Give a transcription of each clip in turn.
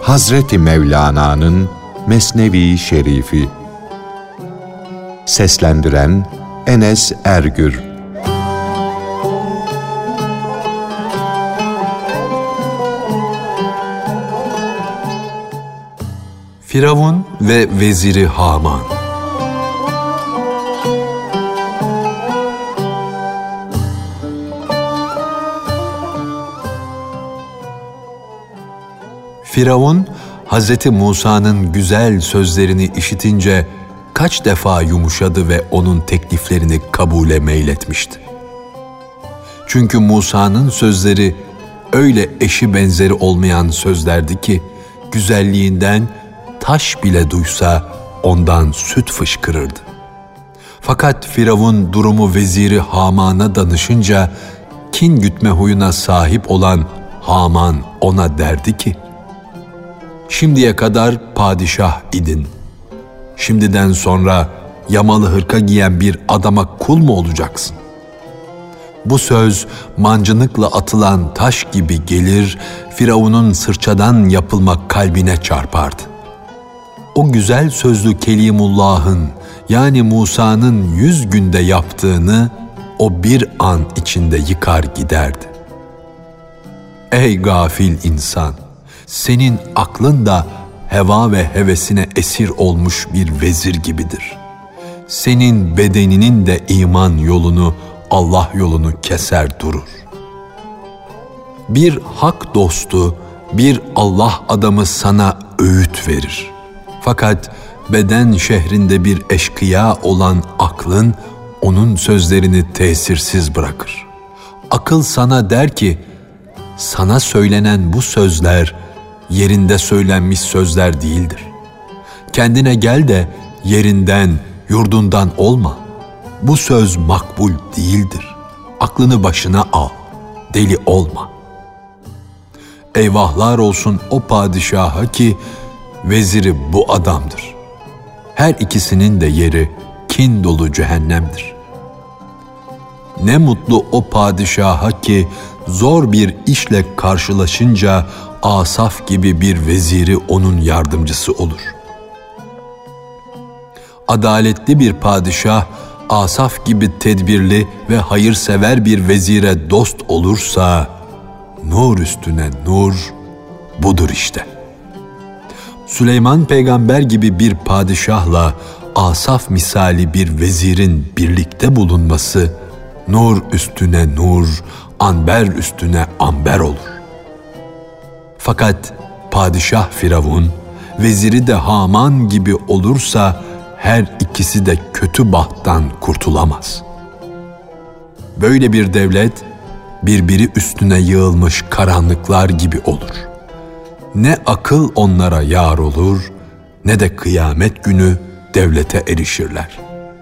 Hazreti Mevlana'nın Mesnevi Şerifi. Seslendiren Enes Ergür. Firavun ve Veziri Haman. Firavun, Hz. Musa'nın güzel sözlerini işitince kaç defa yumuşadı ve onun tekliflerini kabule meyletmişti. Çünkü Musa'nın sözleri öyle eşi benzeri olmayan sözlerdi ki, güzelliğinden taş bile duysa ondan süt fışkırırdı. Fakat Firavun durumu veziri Haman'a danışınca, kin gütme huyuna sahip olan Haman ona derdi ki, "Şimdiye kadar padişah idin. Şimdiden sonra yamalı hırka giyen bir adama kul mu olacaksın?" Bu söz mancınıkla atılan taş gibi gelir, Firavun'un sırçadan yapılmak kalbine çarpardı. O güzel sözlü Kelimullah'ın, yani Musa'nın 100 günde yaptığını o bir an içinde yıkar giderdi. Ey gafil insan! Senin aklın da heva ve hevesine esir olmuş bir vezir gibidir. Senin bedeninin de iman yolunu, Allah yolunu keser durur. Bir hak dostu, bir Allah adamı sana öğüt verir. Fakat beden şehrinde bir eşkıya olan aklın onun sözlerini tesirsiz bırakır. Akıl sana der ki, sana söylenen bu sözler yerinde söylenmiş sözler değildir. Kendine gel de yerinden, yurdundan olma. Bu söz makbul değildir. Aklını başına al, deli olma. Eyvahlar olsun o padişaha ki veziri bu adamdır. Her ikisinin de yeri kin dolu cehennemdir. Ne mutlu o padişaha ki zor bir işle karşılaşınca Asaf gibi bir veziri onun yardımcısı olur. Adaletli bir padişah, Asaf gibi tedbirli ve hayırsever bir vezire dost olursa, nur üstüne nur budur işte. Süleyman peygamber gibi bir padişahla Asaf misali bir vezirin birlikte bulunması, nur üstüne nur, amber üstüne amber olur. Fakat padişah Firavun, veziri de Haman gibi olursa her ikisi de kötü bahttan kurtulamaz. Böyle bir devlet birbiri üstüne yığılmış karanlıklar gibi olur. Ne akıl onlara yar olur, ne de kıyamet günü devlete erişirler.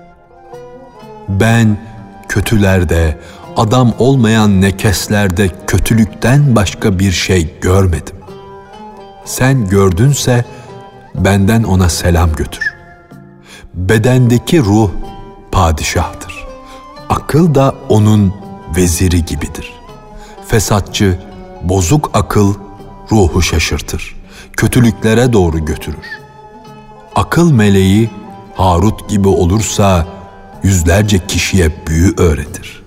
Ben kötülerde, adam olmayan nekeslerde kötülükten başka bir şey görmedim. Sen gördünse benden ona selam götür. Bedendeki ruh padişahtır. Akıl da onun veziri gibidir. Fesatçı, bozuk akıl ruhu şaşırtır. Kötülüklere doğru götürür. Akıl meleği Harut gibi olursa yüzlerce kişiye büyü öğretir.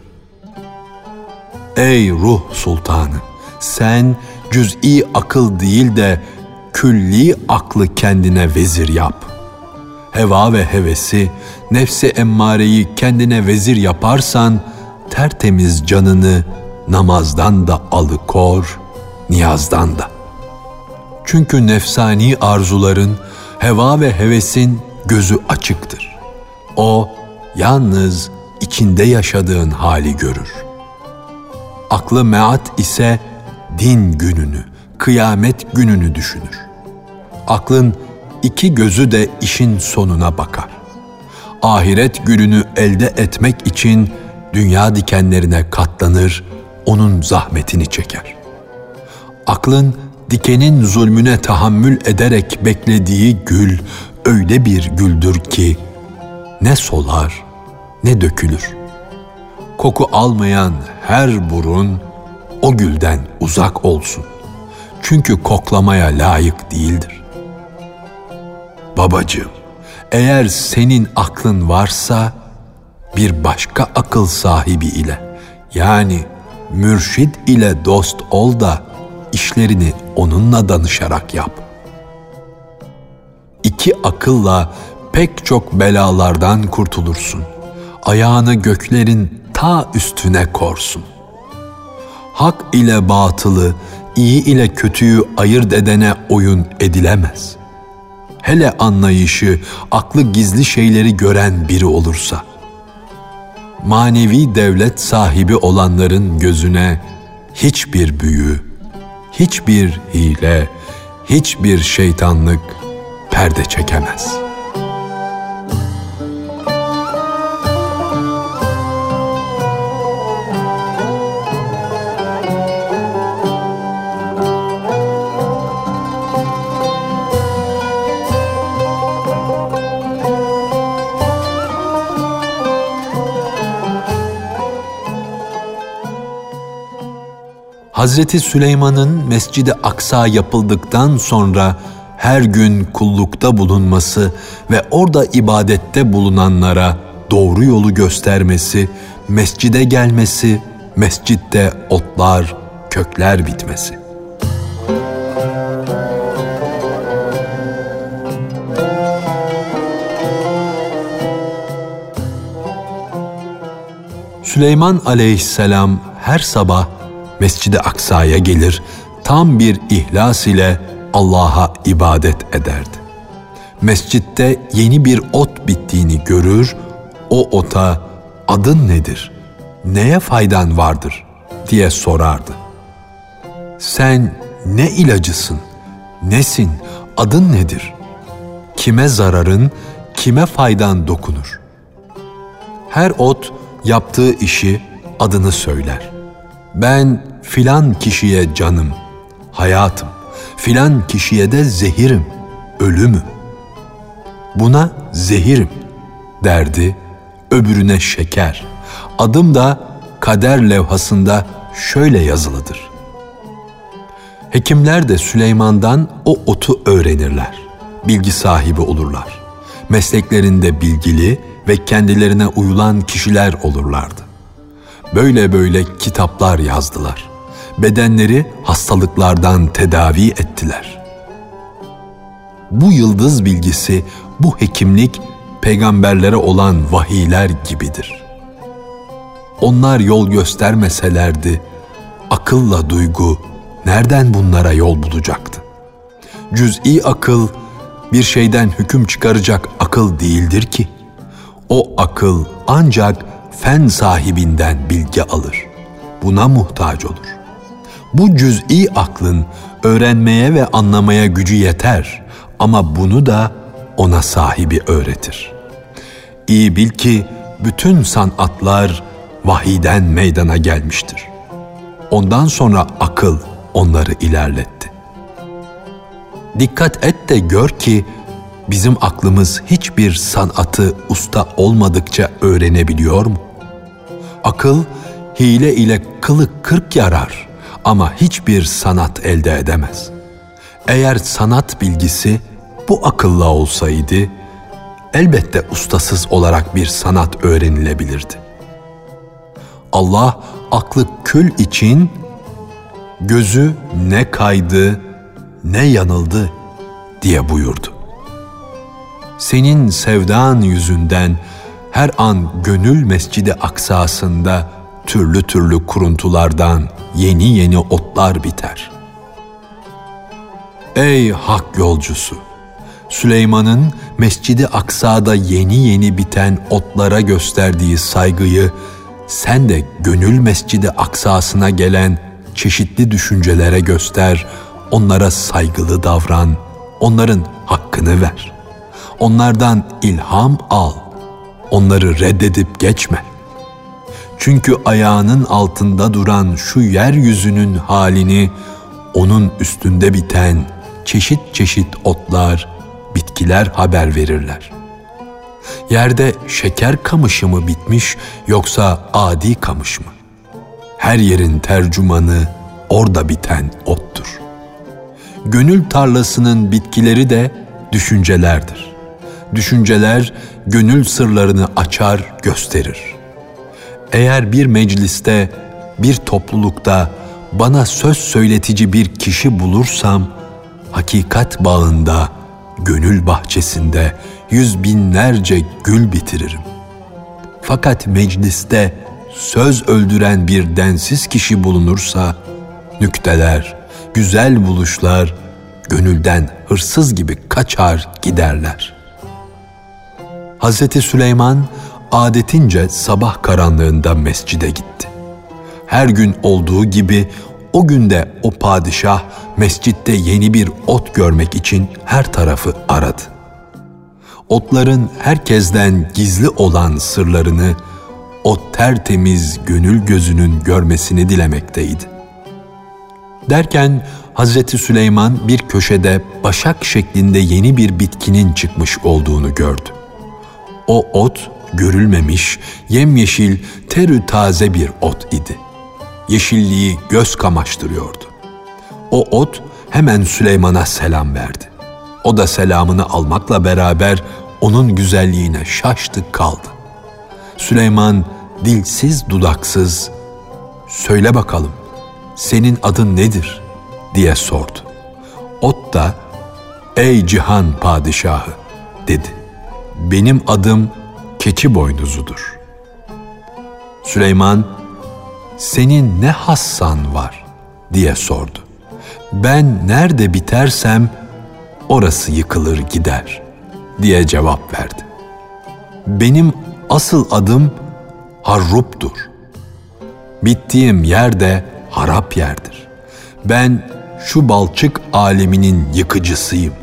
Ey ruh sultanı! Sen cüz'i akıl değil de külli aklı kendine vezir yap. Heva ve hevesi, nefsi emmareyi kendine vezir yaparsan, tertemiz canını namazdan da alıkor, niyazdan da. Çünkü nefsani arzuların, heva ve hevesin gözü açıktır. O, yalnız içinde yaşadığın hali görür. Aklı meat ise din gününü, kıyamet gününü düşünür. Aklın iki gözü de işin sonuna bakar. Ahiret gününü elde etmek için dünya dikenlerine katlanır, onun zahmetini çeker. Aklın dikenin zulmüne tahammül ederek beklediği gül öyle bir güldür ki ne solar ne dökülür. Koku almayan her burun o gülden uzak olsun. Çünkü koklamaya layık değildir. Babacığım, eğer senin aklın varsa bir başka akıl sahibi ile, yani mürşid ile dost ol da işlerini onunla danışarak yap. İki akılla pek çok belalardan kurtulursun. Ayağını göklerin ta üstüne korsun. Hak ile batılı, iyi ile kötüyü ayırt edene oyun edilemez. Hele anlayışı, aklı gizli şeyleri gören biri olursa. Manevi devlet sahibi olanların gözüne hiçbir büyü, hiçbir hile, hiçbir şeytanlık perde çekemez. Hazreti Süleyman'ın Mescid-i Aksa yapıldıktan sonra her gün kullukta bulunması ve orada ibadette bulunanlara doğru yolu göstermesi, mescide gelmesi, mescitte otlar, kökler bitmesi. Süleyman aleyhisselam her sabah Mescid-i Aksa'ya gelir, tam bir ihlas ile Allah'a ibadet ederdi. Mescitte yeni bir ot bittiğini görür, o ota adın nedir, neye faydan vardır diye sorardı. Sen ne ilacısın, nesin, adın nedir, kime zararın, kime faydan dokunur? Her ot yaptığı işi, adını söyler. Ben filan kişiye canım, hayatım, filan kişiye de zehirim, ölümüm. Buna zehirim derdi, öbürüne şeker. Adım da kader levhasında şöyle yazılıdır. Hekimler de Süleyman'dan o otu öğrenirler, bilgi sahibi olurlar. Mesleklerinde bilgili ve kendilerine uyulan kişiler olurlardı. Böyle böyle kitaplar yazdılar. Bedenleri hastalıklardan tedavi ettiler. Bu yıldız bilgisi, bu hekimlik peygamberlere olan vahiyler gibidir. Onlar yol göstermeselerdi, akılla duygu nereden bunlara yol bulacaktı? Cüz'i akıl bir şeyden hüküm çıkaracak akıl değildir ki. O akıl ancak fen sahibinden bilgi alır. Buna muhtaç olur. Bu cüz'i aklın öğrenmeye ve anlamaya gücü yeter ama bunu da ona sahibi öğretir. İyi bil ki bütün sanatlar vahiyden meydana gelmiştir. Ondan sonra akıl onları ilerletti. Dikkat et de gör ki bizim aklımız hiçbir sanatı usta olmadıkça öğrenebiliyor mu? Akıl hile ile kılık kırk yarar ama hiçbir sanat elde edemez. Eğer sanat bilgisi bu akılla olsaydı, elbette ustasız olarak bir sanat öğrenilebilirdi. Allah aklı kül için gözü ne kaydı ne yanıldı diye buyurdu. Senin sevdan yüzünden her an gönül Mescid-i Aksa'sında türlü türlü kuruntulardan yeni yeni otlar biter. Ey hak yolcusu! Süleyman'ın Mescid-i Aksa'da yeni yeni biten otlara gösterdiği saygıyı sen de gönül Mescid-i Aksa'sına gelen çeşitli düşüncelere göster, onlara saygılı davran, onların hakkını ver. Onlardan ilham al, onları reddedip geçme. Çünkü ayağının altında duran şu yeryüzünün halini, onun üstünde biten çeşit çeşit otlar, bitkiler haber verirler. Yerde şeker kamışı mı bitmiş yoksa adi kamış mı? Her yerin tercümanı orada biten ottur. Gönül tarlasının bitkileri de düşüncelerdir. Düşünceler gönül sırlarını açar, gösterir. Eğer bir mecliste, bir toplulukta bana söz söyletici bir kişi bulursam, hakikat bağında, gönül bahçesinde yüz binlerce gül bitiririm. Fakat mecliste söz öldüren bir densiz kişi bulunursa, nükteler, güzel buluşlar gönülden hırsız gibi kaçar giderler. Hazreti Süleyman adetince sabah karanlığında mescide gitti. Her gün olduğu gibi o günde o padişah mescitte yeni bir ot görmek için her tarafı aradı. Otların herkesten gizli olan sırlarını o tertemiz gönül gözünün görmesini dilemekteydi. Derken Hazreti Süleyman bir köşede başak şeklinde yeni bir bitkinin çıkmış olduğunu gördü. O ot görülmemiş, yemyeşil, terü taze bir ot idi. Yeşilliği göz kamaştırıyordu. O ot hemen Süleyman'a selam verdi. O da selamını almakla beraber onun güzelliğine şaştı kaldı. Süleyman dilsiz dudaksız, "Söyle bakalım, senin adın nedir?" diye sordu. Ot da, "Ey cihan padişahı," dedi. "Benim adım keçi boynuzudur." Süleyman, "Senin ne hassan var?" diye sordu. "Ben nerede bitersem orası yıkılır gider," diye cevap verdi. "Benim asıl adım Harrup'tur. Bittiğim yer de harap yerdir. Ben şu balçık aleminin yıkıcısıyım."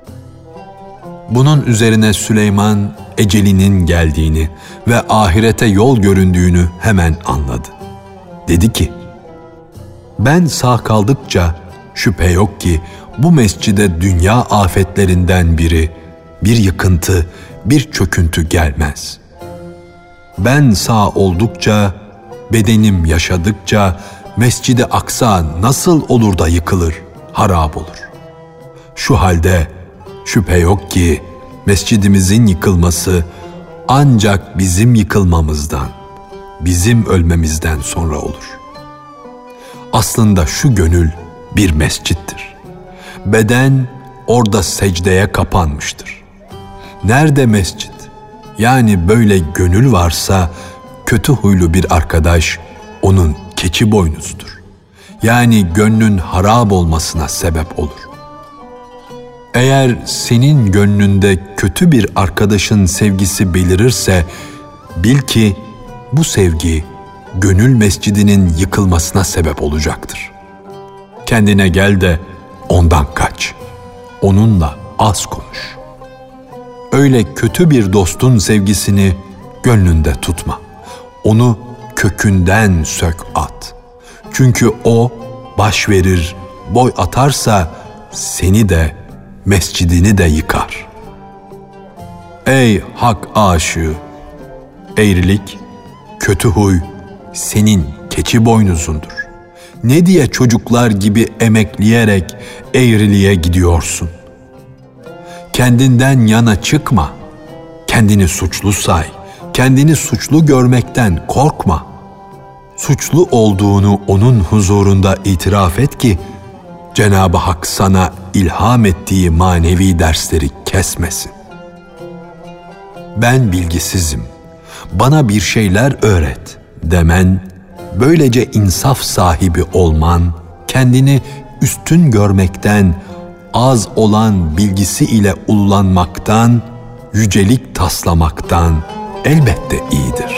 Bunun üzerine Süleyman ecelinin geldiğini ve ahirete yol göründüğünü hemen anladı. Dedi ki, "Ben sağ kaldıkça şüphe yok ki bu mescide dünya afetlerinden biri, bir yıkıntı, bir çöküntü gelmez. Ben sağ oldukça, bedenim yaşadıkça Mescid-i Aksa nasıl olur da yıkılır, harap olur? Şu halde şüphe yok ki mescidimizin yıkılması ancak bizim yıkılmamızdan, bizim ölmemizden sonra olur. Aslında şu gönül bir mescittir. Beden orada secdeye kapanmıştır. Nerede mescit, yani böyle gönül varsa kötü huylu bir arkadaş onun keçi boynuzudur. Yani gönlün harap olmasına sebep olur. Eğer senin gönlünde kötü bir arkadaşın sevgisi belirirse, bil ki bu sevgi gönül mescidinin yıkılmasına sebep olacaktır. Kendine gel de ondan kaç. Onunla az konuş. Öyle kötü bir dostun sevgisini gönlünde tutma. Onu kökünden sök at. Çünkü o baş verir, boy atarsa seni de mescidini de yıkar. Ey hak aşığı! Eğrilik, kötü huy senin keçi boynuzundur. Ne diye çocuklar gibi emekleyerek eğriliğe gidiyorsun? Kendinden yana çıkma, kendini suçlu say, kendini suçlu görmekten korkma. Suçlu olduğunu onun huzurunda itiraf et ki, Cenab-ı Hak sana ilham ettiği manevi dersleri kesmesin. Ben bilgisizim, bana bir şeyler öğret demen, böylece insaf sahibi olman, kendini üstün görmekten, az olan bilgisi ile ululanmaktan, yücelik taslamaktan elbette iyidir.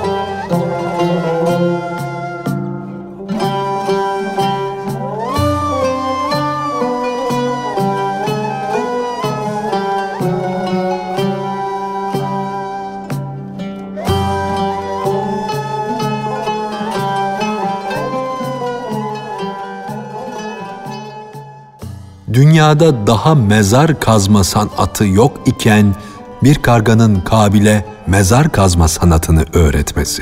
Dünyada daha mezar kazma sanatı yok iken bir karganın Kabil'e mezar kazma sanatını öğretmesi.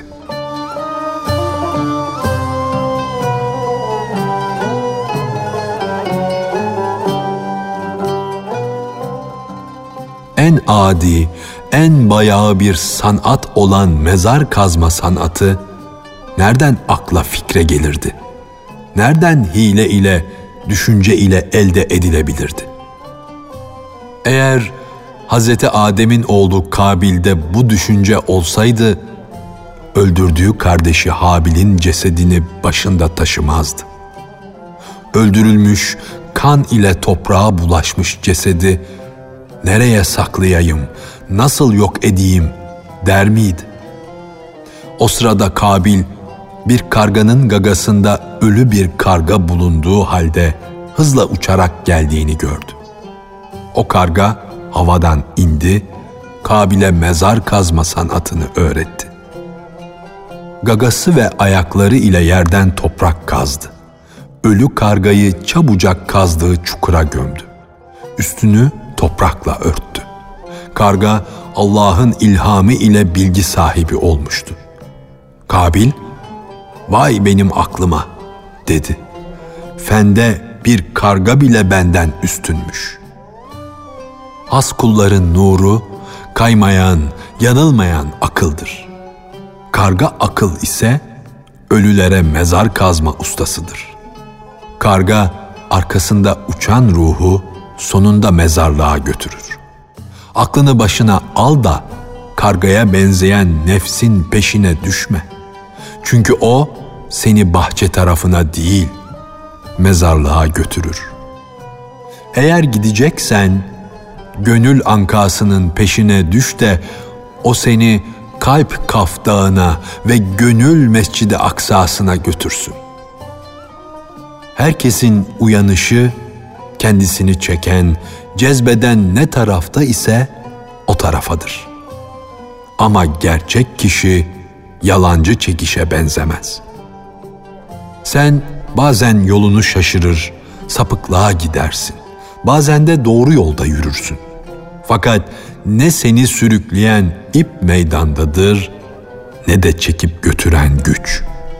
en adi, en bayağı bir sanat olan mezar kazma sanatı nereden akla fikre gelirdi? Nereden hile ile, düşünce ile elde edilebilirdi? Eğer Hz. Adem'in oğlu Kabil'de bu düşünce olsaydı, öldürdüğü kardeşi Habil'in cesedini başında taşımazdı. Öldürülmüş, kan ile toprağa bulaşmış cesedi nereye saklayayım, nasıl yok edeyim der miydi? O sırada Kabil, bir karganın gagasında ölü bir karga bulunduğu halde hızla uçarak geldiğini gördü. O karga havadan indi, Kabil'e mezar kazma sanatını öğretti. Gagası ve ayakları ile yerden toprak kazdı. Ölü kargayı çabucak kazdığı çukura gömdü. Üstünü toprakla örttü. Karga Allah'ın ilhamı ile bilgi sahibi olmuştu. Kabil, "Vay benim aklıma," dedi. "Fende bir karga bile benden üstünmüş." Has kulların nuru, kaymayan, yanılmayan akıldır. Karga akıl ise ölülere mezar kazma ustasıdır. Karga arkasında uçan ruhu sonunda mezarlığa götürür. Aklını başına al da kargaya benzeyen nefsin peşine düşme. Çünkü o seni bahçe tarafına değil, mezarlığa götürür. Eğer gideceksen gönül ankasının peşine düş de o seni Kalp Kaf Dağı'na ve Gönül Mescid-i Aksa'sına götürsün. Herkesin uyanışı kendisini çeken, cezbeden ne tarafta ise o tarafadır. Ama gerçek kişi yalancı çekişe benzemez. Sen bazen yolunu şaşırır, sapıklığa gidersin. Bazen de doğru yolda yürürsün. Fakat ne seni sürükleyen ip meydandadır, ne de çekip götüren güç.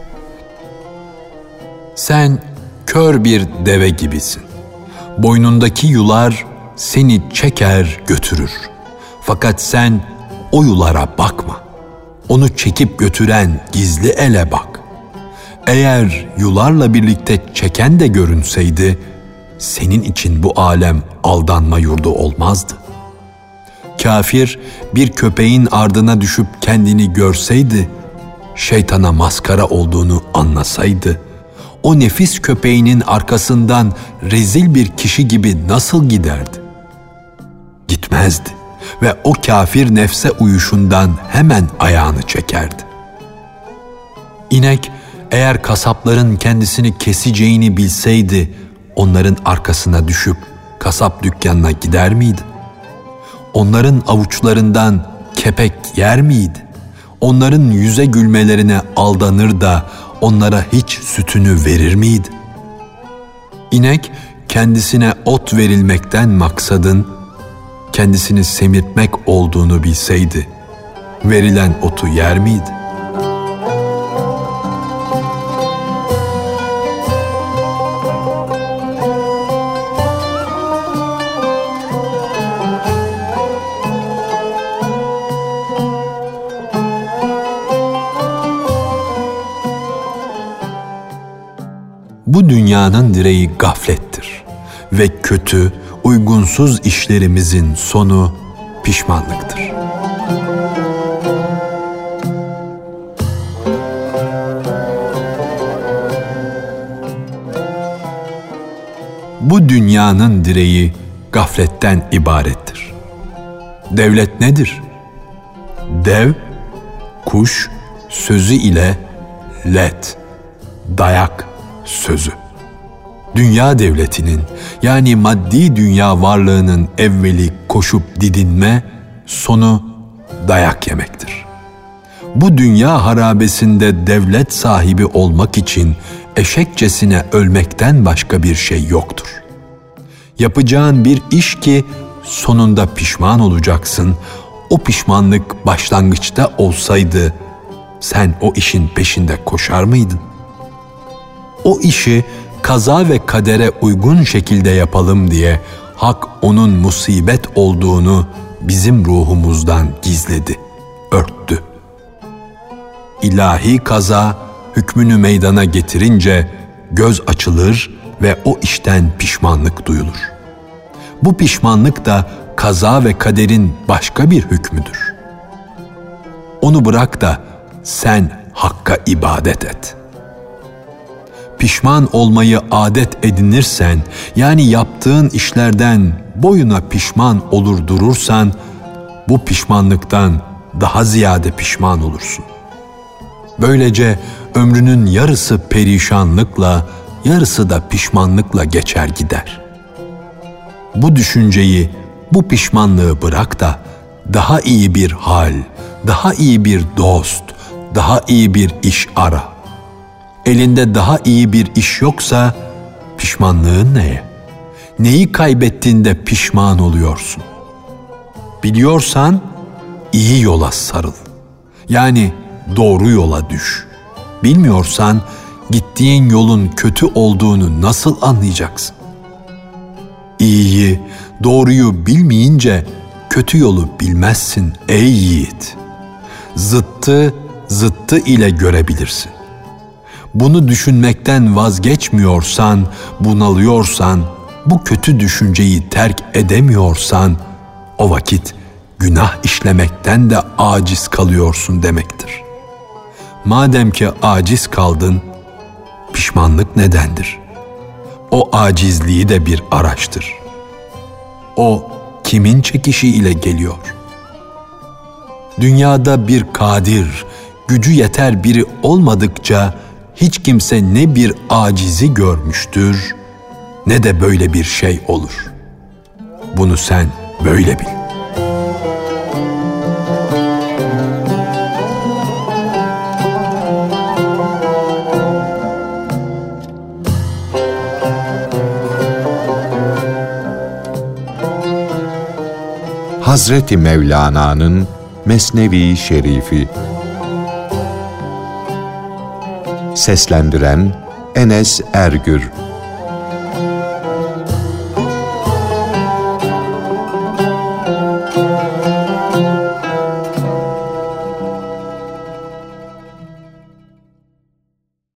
Sen kör bir deve gibisin. Boynundaki yular seni çeker götürür. Fakat sen o yulara bakma. Onu çekip götüren gizli ele bak. Eğer yularla birlikte çeken de görünseydi, senin için bu alem aldanma yurdu olmazdı. Kafir bir köpeğin ardına düşüp kendini görseydi, şeytana maskara olduğunu anlasaydı, o nefis köpeğinin arkasından rezil bir kişi gibi nasıl giderdi? Gitmezdi ve o kafir nefse uyuşundan hemen ayağını çekerdi. İnek eğer kasapların kendisini keseceğini bilseydi, onların arkasına düşüp kasap dükkanına gider miydi? Onların avuçlarından kepek yer miydi? Onların yüze gülmelerine aldanır da onlara hiç sütünü verir miydi? İnek kendisine ot verilmekten maksadın kendisini semirtmek olduğunu bilseydi, verilen otu yer miydi? Bu dünyanın direği gaflettir ve kötü, uygunsuz işlerimizin sonu pişmanlıktır. Bu dünyanın direği gafletten ibarettir. Devlet nedir? Dev, kuş sözü ile let, dayak sözü. Dünya devletinin yani maddi dünya varlığının evveli koşup didinme, sonu dayak yemektir. Bu dünya harabesinde devlet sahibi olmak için eşekçesine ölmekten başka bir şey yoktur. Yapacağın bir iş ki sonunda pişman olacaksın, o pişmanlık başlangıçta olsaydı sen o işin peşinde koşar mıydın? O işi kaza ve kadere uygun şekilde yapalım diye Hak onun musibet olduğunu bizim ruhumuzdan gizledi, örttü. İlahi kaza hükmünü meydana getirince göz açılır ve o işten pişmanlık duyulur. Bu pişmanlık da kaza ve kaderin başka bir hükmüdür. Onu bırak da sen Hakk'a ibadet et. Pişman olmayı adet edinirsen, yani yaptığın işlerden boyuna pişman olur durursan, bu pişmanlıktan daha ziyade pişman olursun. Böylece ömrünün yarısı perişanlıkla, yarısı da pişmanlıkla geçer gider. Bu düşünceyi, bu pişmanlığı bırak da daha iyi bir hal, daha iyi bir dost, daha iyi bir iş ara. Elinde daha iyi bir iş yoksa pişmanlığın neye? Neyi kaybettiğinde pişman oluyorsun? Biliyorsan iyi yola sarıl. Yani doğru yola düş. Bilmiyorsan gittiğin yolun kötü olduğunu nasıl anlayacaksın? İyiyi, doğruyu bilmeyince kötü yolu bilmezsin ey yiğit. Zıttı ile görebilirsin. Bunu düşünmekten vazgeçmiyorsan, bunalıyorsan, bu kötü düşünceyi terk edemiyorsan, o vakit günah işlemekten de aciz kalıyorsun demektir. Madem ki aciz kaldın, pişmanlık nedendir? O acizliği de bir araştır. O kimin çekişiyle geliyor? Dünyada bir kadir, gücü yeter biri olmadıkça hiç kimse ne bir acizi görmüştür, ne de böyle bir şey olur. Bunu sen böyle bil. Hazreti Mevlana'nın Mesnevi Şerifi. Seslendiren Enes Ergür.